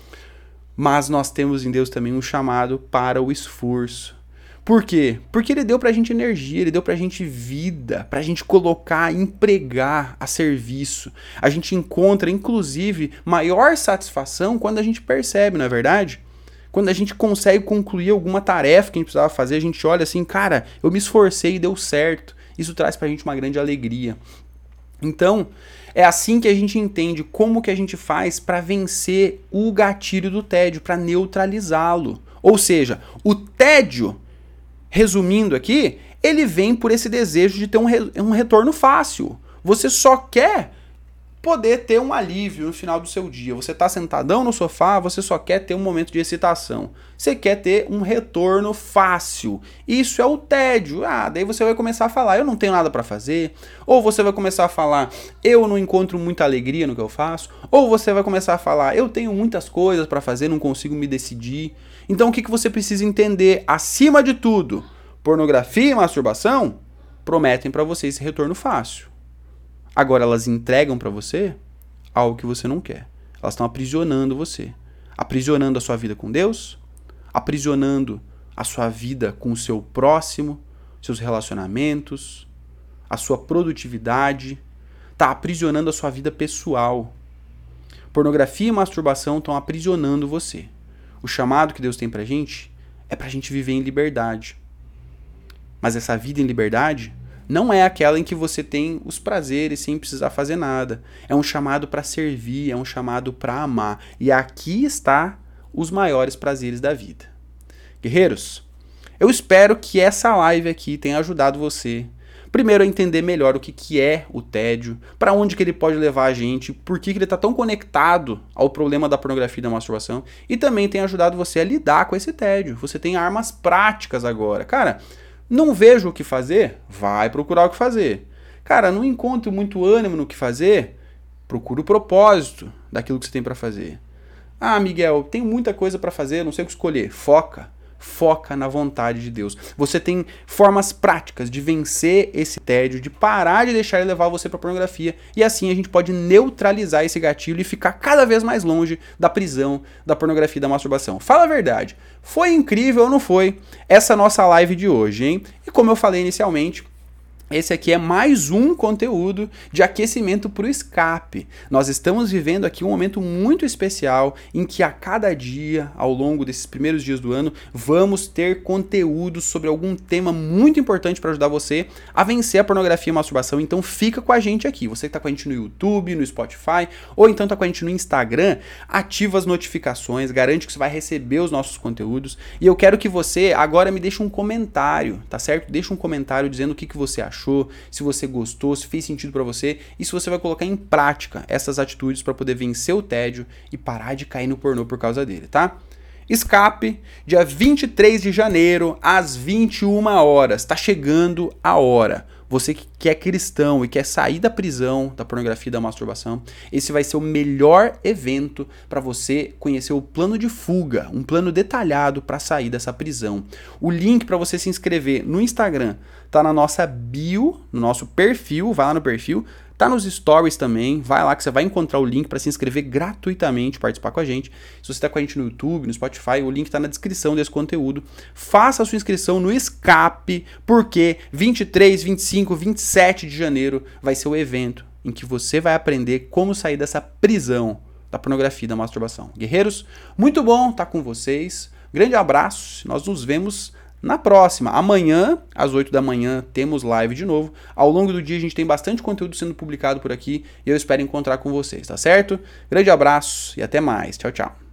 Speaker 1: Mas nós temos em Deus também um chamado para o esforço. Por quê? Porque ele deu pra gente energia, ele deu pra gente vida, pra gente colocar, empregar a serviço. A gente encontra, inclusive, maior satisfação quando a gente percebe, não é verdade? Quando a gente consegue concluir alguma tarefa que a gente precisava fazer, a gente olha assim, cara, eu me esforcei e deu certo. Isso traz pra gente uma grande alegria. Então, é assim que a gente entende como que a gente faz para vencer o gatilho do tédio, para neutralizá-lo. Ou seja, o tédio, resumindo aqui, ele vem por esse desejo de ter um retorno fácil. Você só quer poder ter um alívio no final do seu dia. Você está sentadão no sofá, você só quer ter um momento de excitação. Você quer ter um retorno fácil. Isso é o tédio. Daí você vai começar a falar, eu não tenho nada para fazer. Ou você vai começar a falar, eu não encontro muita alegria no que eu faço. Ou você vai começar a falar, eu tenho muitas coisas para fazer, não consigo me decidir. Então o que você precisa entender? Acima de tudo, Pornografia e masturbação prometem para você esse retorno fácil. Agora elas entregam para você algo que você não quer. Elas estão aprisionando você. Aprisionando a sua vida com Deus, aprisionando a sua vida com o seu próximo, seus relacionamentos, a sua produtividade, está aprisionando a sua vida pessoal. Pornografia e masturbação estão aprisionando você. O chamado que Deus tem pra gente é pra gente viver em liberdade. Mas essa vida em liberdade não é aquela em que você tem os prazeres sem precisar fazer nada. É um chamado para servir, é um chamado para amar. E aqui está os maiores prazeres da vida. Guerreiros, eu espero que essa live aqui tenha ajudado você, primeiro, a entender melhor o que é o tédio, para onde que ele pode levar a gente, por que ele está tão conectado ao problema da pornografia e da masturbação, e também tem ajudado você a lidar com esse tédio. Você tem armas práticas agora. Cara, não vejo o que fazer? Vai procurar o que fazer. Cara, não encontro muito ânimo no que fazer? Procura o propósito daquilo que você tem para fazer. Ah, Miguel, tem muita coisa para fazer, não sei o que escolher. Foca na vontade de Deus. Você tem formas práticas de vencer esse tédio, de parar de deixar ele levar você para pornografia, e assim a gente pode neutralizar esse gatilho e ficar cada vez mais longe da prisão da pornografia e da masturbação. Fala a verdade, foi incrível ou não foi essa nossa live de hoje, hein? E como eu falei inicialmente, esse aqui é mais um conteúdo de aquecimento para o escape. Nós estamos vivendo aqui um momento muito especial em que a cada dia, ao longo desses primeiros dias do ano, vamos ter conteúdo sobre algum tema muito importante para ajudar você a vencer a pornografia e a masturbação. Então fica com a gente aqui. Você que está com a gente no YouTube, no Spotify, ou então está com a gente no Instagram, ativa as notificações, garante que você vai receber os nossos conteúdos. E eu quero que você agora me deixe um comentário, tá certo? Deixa um comentário dizendo o que você achou, se você gostou, se fez sentido para você e se você vai colocar em prática essas atitudes para poder vencer o tédio e parar de cair no pornô por causa dele, tá? Escape, dia 23 de janeiro, às 21 horas. Tá chegando a hora. Você que é cristão e quer sair da prisão, da pornografia e da masturbação, esse vai ser o melhor evento para você conhecer o plano de fuga, um plano detalhado para sair dessa prisão. O link para você se inscrever no Instagram tá na nossa bio, no nosso perfil, vai lá no perfil, tá nos stories também, vai lá que você vai encontrar o link para se inscrever gratuitamente, participar com a gente. Se você tá com a gente no YouTube, no Spotify, o link tá na descrição desse conteúdo. Faça a sua inscrição no Escape, porque 23, 25, 27 de janeiro vai ser o evento em que você vai aprender como sair dessa prisão da pornografia e da masturbação. Guerreiros, muito bom estar com vocês. Grande abraço, nós nos vemos na próxima. Amanhã, às 8 da manhã, temos live de novo. Ao longo do dia a gente tem bastante conteúdo sendo publicado por aqui e eu espero encontrar com vocês, tá certo? Grande abraço e até mais. Tchau, tchau.